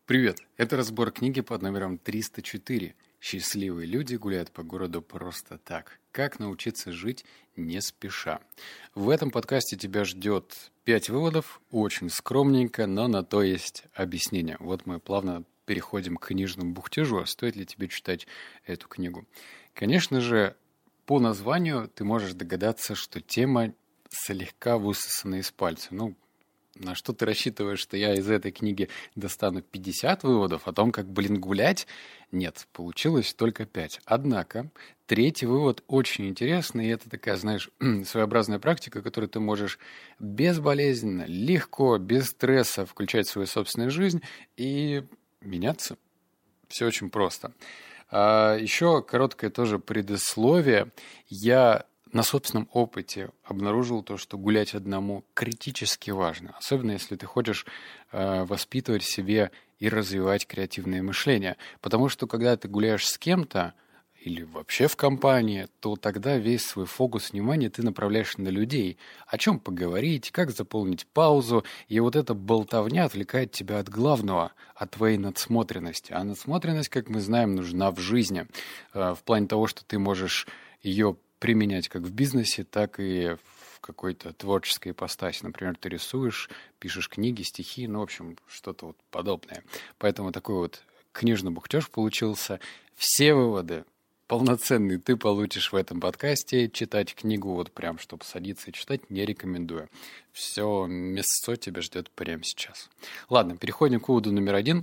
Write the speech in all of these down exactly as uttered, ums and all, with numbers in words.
Привет! Это разбор книги под номером триста четыре. «Счастливые люди гуляют по городу просто так. Как научиться жить не спеша». В этом подкасте тебя ждет пять выводов, очень скромненько, но на то есть объяснение. Вот мы плавно переходим к книжному бухтежу. А стоит ли тебе читать эту книгу? Конечно же, по названию ты можешь догадаться, что тема слегка высосана из пальца. Ну, на что ты рассчитываешь, что я из этой книги достану пятьдесят выводов о том, как, блин, гулять? Нет, получилось только пять. Однако, третий вывод очень интересный, и это такая, знаешь, своеобразная практика, которую ты можешь безболезненно, легко, без стресса включать в свою собственную жизнь и меняться. Все очень просто. А еще короткое тоже предисловие. Я на собственном опыте обнаружил то, что гулять одному критически важно, особенно если ты хочешь э, воспитывать в себе и развивать креативное мышление. Потому что когда ты гуляешь с кем-то или вообще в компании, то тогда весь свой фокус внимания ты направляешь на людей. О чем поговорить, как заполнить паузу, и вот эта болтовня отвлекает тебя от главного, от твоей надсмотренности. А надсмотренность, как мы знаем, нужна в жизни, э, в плане того, что ты можешь ее применять как в бизнесе, так и в какой-то творческой ипостаси. Например, ты рисуешь, пишешь книги, стихи, ну, в общем, что-то вот подобное. Поэтому такой вот книжный бухтеж получился. Все выводы полноценные ты получишь в этом подкасте. Читать книгу вот прям, чтобы садиться и читать, не рекомендую. Все место тебя ждет прямо сейчас. Ладно, переходим к выводу номер один.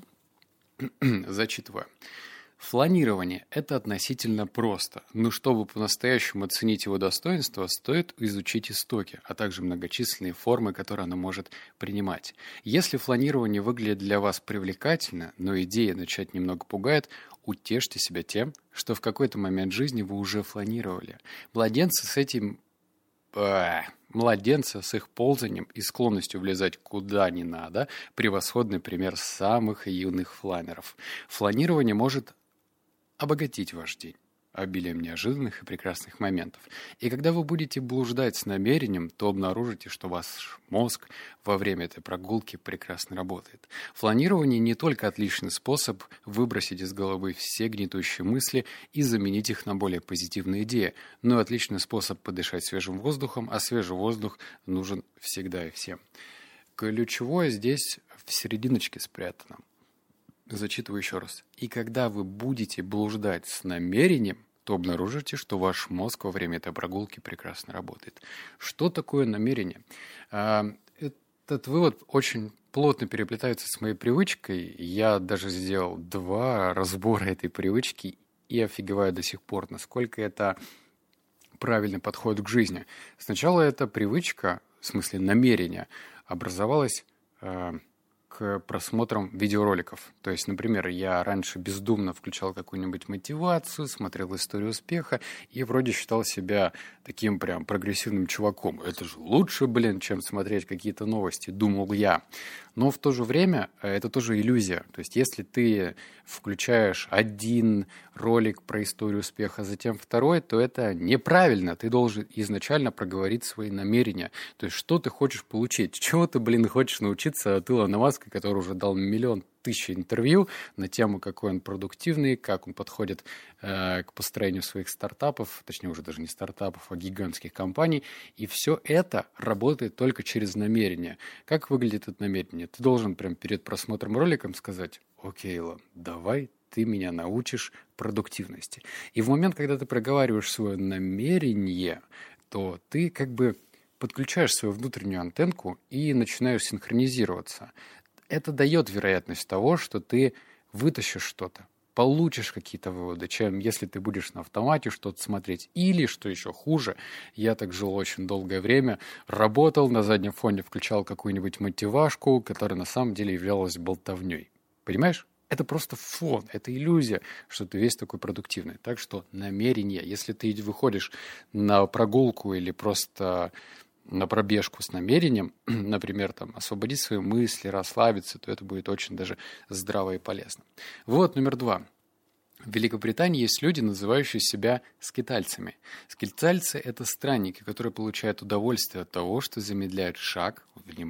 Зачитываю. Фланирование – это относительно просто, но чтобы по-настоящему оценить его достоинство, стоит изучить истоки, а также многочисленные формы, которые оно может принимать. Если фланирование выглядит для вас привлекательно, но идея начать немного пугает, утешьте себя тем, что в какой-то момент жизни вы уже фланировали. Младенцы с этим... А, младенцы с их ползанием и склонностью влезать куда не надо – превосходный пример самых юных фланеров. Фланирование может обогатить ваш день обилием неожиданных и прекрасных моментов. И когда вы будете блуждать с намерением, то обнаружите, что ваш мозг во время этой прогулки прекрасно работает. Фланирование не только отличный способ выбросить из головы все гнетущие мысли и заменить их на более позитивные идеи, но и отличный способ подышать свежим воздухом, а свежий воздух нужен всегда и всем. Ключевое здесь в серединочке спрятано. Зачитываю еще раз. И когда вы будете блуждать с намерением, то обнаружите, что ваш мозг во время этой прогулки прекрасно работает. Что такое намерение? Этот вывод очень плотно переплетается с моей привычкой. Я даже сделал два разбора этой привычки и офигеваю до сих пор, насколько это правильный подход к жизни. Сначала эта привычка, в смысле намерение, образовалась к просмотрам видеороликов. То есть, например, я раньше бездумно включал какую-нибудь мотивацию, смотрел историю успеха и вроде считал себя таким прям прогрессивным чуваком. Это же лучше, блин, чем смотреть какие-то новости, думал я. Но в то же время это тоже иллюзия. То есть, если ты включаешь один ролик про историю успеха, затем второй, то это неправильно. Ты должен изначально проговорить свои намерения. То есть, что ты хочешь получить? Чего ты, блин, хочешь научиться от Илона Маска, который уже дал миллион тысяч интервью на тему, какой он продуктивный, как он подходит э, к построению своих стартапов, точнее уже даже не стартапов, а гигантских компаний. И все это работает только через намерение. Как выглядит это намерение? Ты должен прям перед просмотром ролика сказать: окей, Илон, давай ты меня научишь продуктивности. И в момент, когда ты проговариваешь свое намерение, то ты как бы подключаешь свою внутреннюю антенку и начинаешь синхронизироваться. Это дает вероятность того, что ты вытащишь что-то, получишь какие-то выводы, чем если ты будешь на автомате что-то смотреть. Или, что еще хуже, я так жил очень долгое время, работал, на заднем фоне включал какую-нибудь мотивашку, которая на самом деле являлась болтовней. Понимаешь? Это просто фон, это иллюзия, что ты весь такой продуктивный. Так что намерение, если ты выходишь на прогулку или просто на пробежку с намерением, например, там, освободить свои мысли, расслабиться, то это будет очень даже здраво и полезно. Вот номер два. В Великобритании есть люди, называющие себя скитальцами. Скитальцы – это странники, которые получают удовольствие от того, что замедляют шаг, внимание,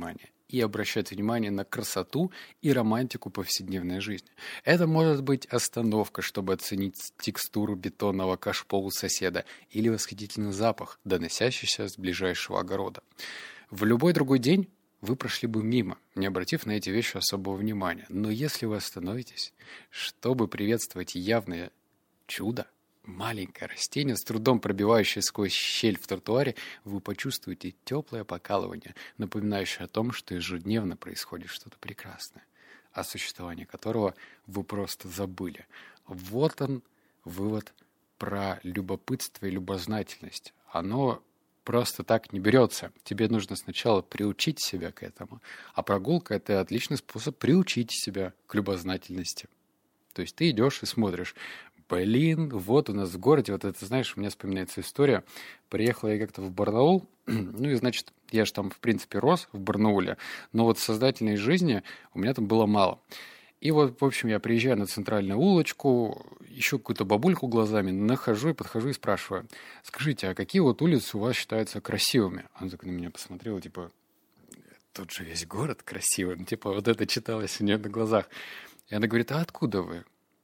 и обращать внимание на красоту и романтику повседневной жизни. Это может быть остановка, чтобы оценить текстуру бетонного кашпо у соседа или восхитительный запах, доносящийся с ближайшего огорода. В любой другой день вы прошли бы мимо, не обратив на эти вещи особого внимания. Но если вы остановитесь, чтобы приветствовать явное чудо, маленькое растение, с трудом пробивающее сквозь щель в тротуаре, вы почувствуете теплое покалывание, напоминающее о том, что ежедневно происходит что-то прекрасное, о существовании которого вы просто забыли. Вот он, вывод про любопытство и любознательность. Оно просто так не берется. Тебе нужно сначала приучить себя к этому. А прогулка — это отличный способ приучить себя к любознательности. То есть ты идешь и смотришь. Блин, вот у нас в городе, вот это, знаешь, у меня вспоминается история. Приехал я как-то в Барнаул, ну и, значит, я же там, в принципе, рос в Барнауле, но вот сознательной жизни у меня там было мало. И вот, в общем, я приезжаю на центральную улочку, ищу какую-то бабульку глазами, нахожу и подхожу и спрашиваю: скажите, а какие вот улицы у вас считаются красивыми? Она так на меня посмотрела, типа, тут же весь город красивый. Ну, типа, вот это читалось у нее на глазах. И она говорит: а откуда вы?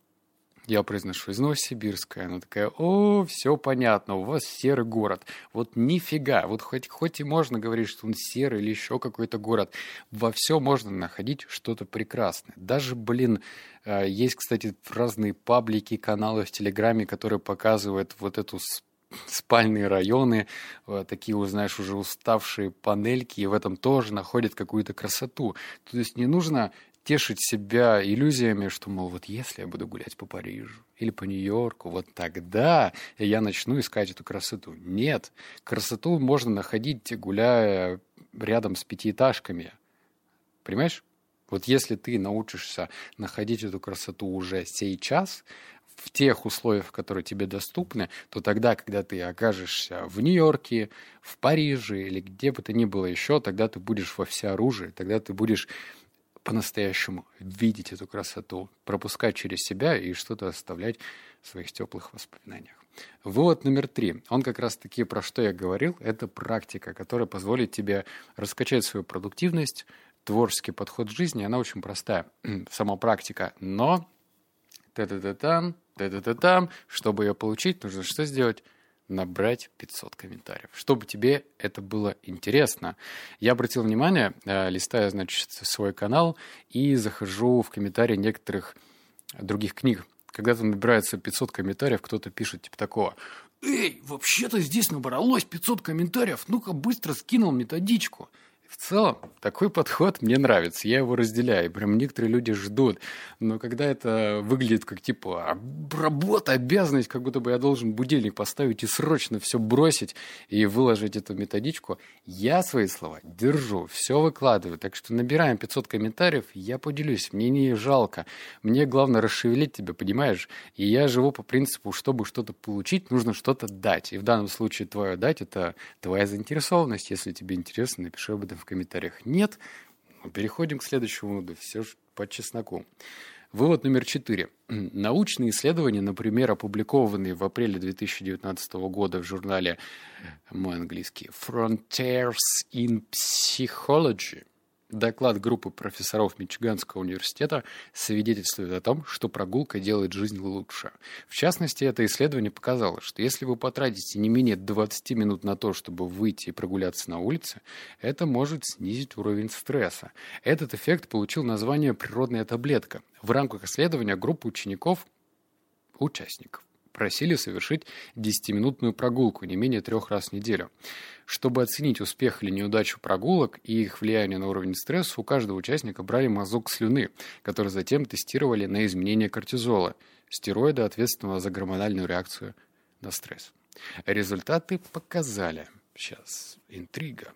Я произношу: из Новосибирска. Она такая: о, все понятно, у вас серый город. Вот нифига, вот хоть, хоть и можно говорить, что он серый или еще какой-то город, во всем можно находить что-то прекрасное. Даже, блин, есть, кстати, разные паблики, каналы в Телеграме, которые показывают вот эту спальные районы, такие, вот, знаешь, уже уставшие панельки, и в этом тоже находят какую-то красоту. То есть не нужно тешить себя иллюзиями, что, мол, вот если я буду гулять по Парижу или по Нью-Йорку, вот тогда я начну искать эту красоту. Нет, красоту можно находить, гуляя рядом с пятиэтажками. Понимаешь? Вот если ты научишься находить эту красоту уже сейчас, в тех условиях, которые тебе доступны, то тогда, когда ты окажешься в Нью-Йорке, в Париже или где бы то ни было еще, тогда ты будешь во всеоружии, тогда ты будешь по-настоящему видеть эту красоту, пропускать через себя и что-то оставлять в своих теплых воспоминаниях. Вывод номер три. Он как раз-таки, про что я говорил, это практика, которая позволит тебе раскачать свою продуктивность, творческий подход к жизни. Она очень простая, сама практика, но та-та-та-там, та-та-та-там, чтобы ее получить, нужно что сделать? Набрать пятьсот комментариев, чтобы тебе это было интересно. Я обратил внимание, листая, значит, свой канал, и захожу в комментарии некоторых других книг. Когда там набирается пятьсот комментариев, кто-то пишет типа такого: «Эй, вообще-то здесь набралось пятьсот комментариев, ну-ка быстро скинул методичку». В целом, такой подход мне нравится, я его разделяю, прям некоторые люди ждут, но когда это выглядит как типа работа, обязанность, как будто бы я должен будильник поставить и срочно все бросить и выложить эту методичку, я свои слова держу, все выкладываю, так что набираем пятьсот комментариев, я поделюсь, мне не жалко, мне главное расшевелить тебя, понимаешь, и я живу по принципу, чтобы что-то получить, нужно что-то дать, и в данном случае твое дать — это твоя заинтересованность, если тебе интересно, напиши об этом в комментариях. Нет, переходим к следующему выводу. Все же по чесноку. Вывод номер четыре. Научные исследования, например, опубликованные в апреле две тысячи девятнадцатого года в журнале, мой английский, Frontiers in Psychology, доклад группы профессоров Мичиганского университета свидетельствует о том, что прогулка делает жизнь лучше. В частности, это исследование показало, что если вы потратите не менее двадцать минут на то, чтобы выйти и прогуляться на улице, это может снизить уровень стресса. Этот эффект получил название «природная таблетка». В рамках исследования группа учеников, участников, просили совершить десятиминутную прогулку не менее трех раз в неделю. Чтобы оценить успех или неудачу прогулок и их влияние на уровень стресса, у каждого участника брали мазок слюны, который затем тестировали на изменение кортизола, стероида, ответственного за гормональную реакцию на стресс. Результаты показали, сейчас интрига,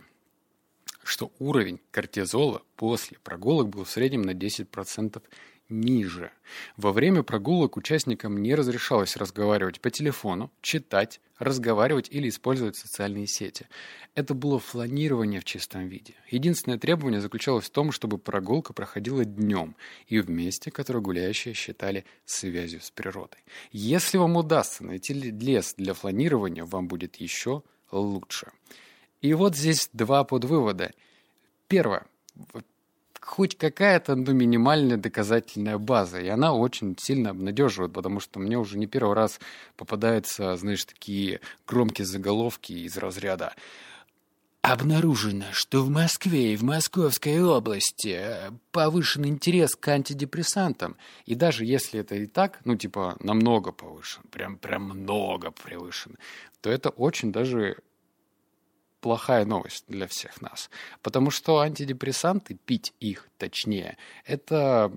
что уровень кортизола после прогулок был в среднем на десять процентов ниже. Во время прогулок участникам не разрешалось разговаривать по телефону, читать, разговаривать или использовать социальные сети. Это было фланирование в чистом виде. Единственное требование заключалось в том, чтобы прогулка проходила днем и в месте, которое гуляющие считали связью с природой. Если вам удастся найти лес для фланирования, вам будет еще лучше. И вот здесь два подвывода. Первое. хоть какая-то, ну, минимальная доказательная база. И она очень сильно обнадеживает, потому что мне уже не первый раз попадаются, знаешь, такие громкие заголовки из разряда: обнаружено, что в Москве и в Московской области повышен интерес к антидепрессантам. И даже если это и так, ну, типа, намного повышен, прям, прям много превышен, то это очень даже плохая новость для всех нас. Потому что антидепрессанты, пить их точнее, это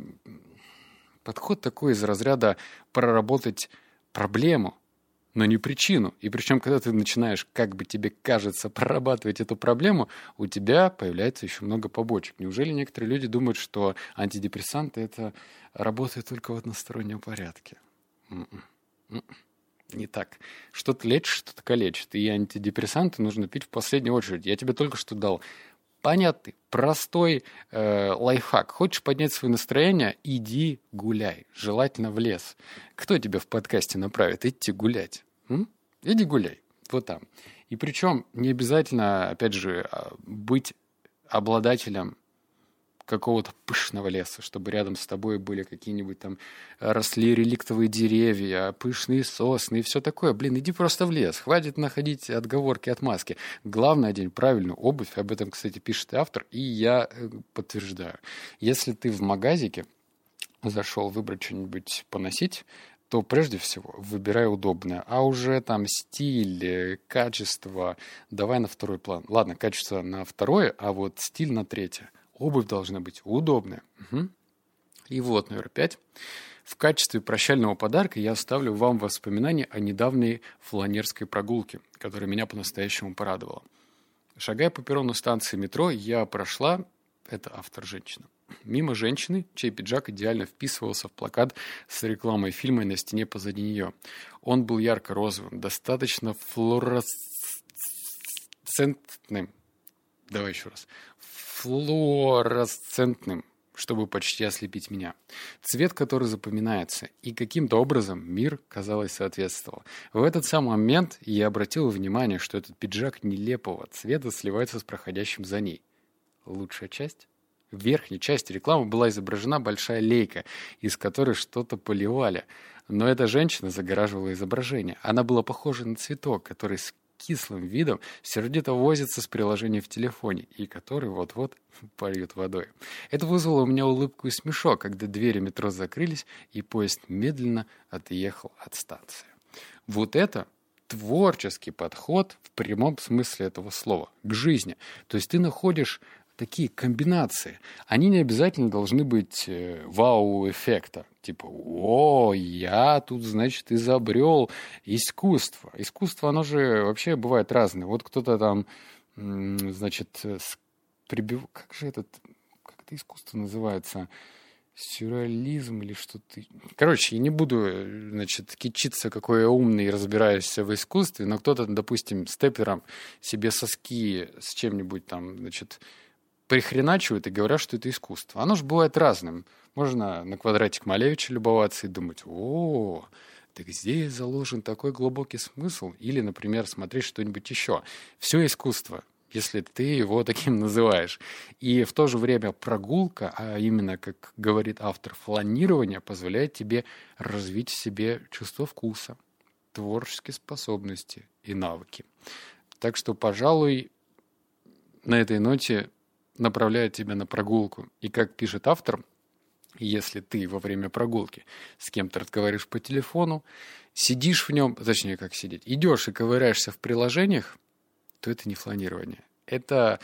подход такой из разряда проработать проблему, но не причину. И причем, когда ты начинаешь, как бы тебе кажется, прорабатывать эту проблему, у тебя появляется еще много побочек. Неужели некоторые люди думают, что антидепрессанты это работает только в одностороннем порядке? М-м. М-м. Не так. Что-то лечит, что-то калечит. И антидепрессанты нужно пить в последнюю очередь. Я тебе только что дал понятный, простой э, лайфхак. Хочешь поднять свое настроение? Иди гуляй. Желательно в лес. Кто тебя в подкасте направит идти гулять? М? Иди гуляй. Вот там. И причем не обязательно, опять же, быть обладателем какого-то пышного леса, чтобы рядом с тобой были какие-нибудь там, росли реликтовые деревья, пышные сосны и все такое. Блин, иди просто в лес. Хватит находить отговорки, отмазки. Главное, одень правильную обувь. Об этом, кстати, пишет автор, и я подтверждаю. Если ты в магазике зашел выбрать что-нибудь поносить, то прежде всего выбирай удобное. А уже там стиль, качество давай на второй план. Ладно, качество на второе, а вот стиль на третье. Обувь должна быть удобная. Угу. И вот номер пять. В качестве прощального подарка я оставлю вам воспоминания о недавней фланерской прогулке, которая меня по-настоящему порадовала. Шагая по перрону станции метро, я прошла, это автор женщина, мимо женщины, чей пиджак идеально вписывался в плакат с рекламой фильма на стене позади нее. Он был ярко-розовым, достаточно флуоресцентным. Давай еще раз. Флуоресцентным, чтобы почти ослепить меня. Цвет, который запоминается, и каким-то образом мир, казалось, соответствовал. В этот самый момент я обратил внимание, что этот пиджак нелепого цвета сливается с проходящим за ней. Лучшая часть? В верхней части рекламы была изображена большая лейка, из которой что-то поливали. Но эта женщина загораживала изображение. Она была похожа на цветок, который с кислым видом сердито возится с приложением в телефоне и который вот-вот польют водой. Это вызвало у меня улыбку и смешок, когда двери метро закрылись и поезд медленно отъехал от станции. Вот это творческий подход в прямом смысле этого слова к жизни. То есть ты находишь такие комбинации. Они не обязательно должны быть э, вау-эффекта. Типа, о, я тут, значит, изобрел искусство. Искусство, оно же вообще бывает разное. Вот кто-то там, м, значит, с, прибив... как же этот, как это искусство называется? Сюрреализм или что-то. Короче, я не буду, значит, кичиться, какой я умный и разбираюсь в искусстве, но кто-то, допустим, степлером себе соски с чем-нибудь там, значит, прихреначивают и говорят, что это искусство. Оно же бывает разным. Можно на квадратик Малевича любоваться и думать, о, так здесь заложен такой глубокий смысл. Или, например, смотреть что-нибудь еще. Все искусство, если ты его таким называешь. И в то же время прогулка, а именно, как говорит автор, фланирование, позволяет тебе развить в себе чувство вкуса, творческие способности и навыки. Так что, пожалуй, на этой ноте направляет тебя на прогулку. И как пишет автор, если ты во время прогулки с кем-то разговариваешь по телефону, сидишь в нем, точнее, как сидеть, идешь и ковыряешься в приложениях, то это не фланирование. Это,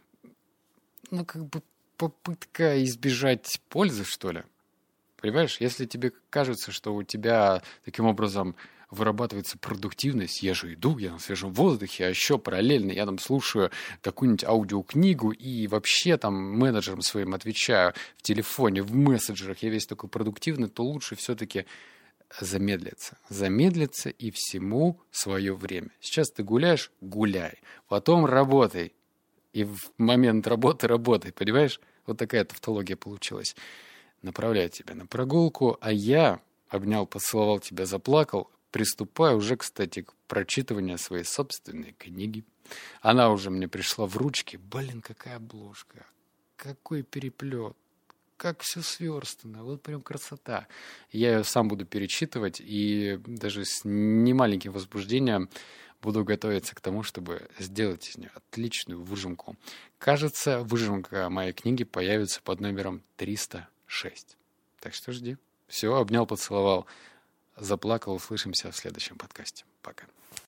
ну, как бы попытка избежать пользы, что ли. Понимаешь, если тебе кажется, что у тебя таким образом вырабатывается продуктивность, я же иду, я на свежем воздухе, а еще параллельно я там слушаю какую-нибудь аудиокнигу и вообще там менеджерам своим отвечаю в телефоне, в мессенджерах, я весь такой продуктивный, то лучше все-таки замедлиться. Замедлиться и всему свое время. Сейчас ты гуляешь, гуляй. Потом работай. И в момент работы работай, понимаешь? Вот такая тавтология получилась. Направляю тебя на прогулку, а я обнял, поцеловал тебя, заплакал. Приступаю уже, кстати, к прочитыванию своей собственной книги. Она уже мне пришла в ручки. Блин, какая обложка. какой переплет, как все сверстано, вот прям красота. Я ее сам буду перечитывать и даже с немаленьким возбуждением буду готовиться к тому, чтобы сделать из нее отличную выжимку. Кажется, выжимка моей книги появится под номером триста шесть. Так что жди. Все, обнял, поцеловал, заплакал. Услышимся в следующем подкасте. Пока.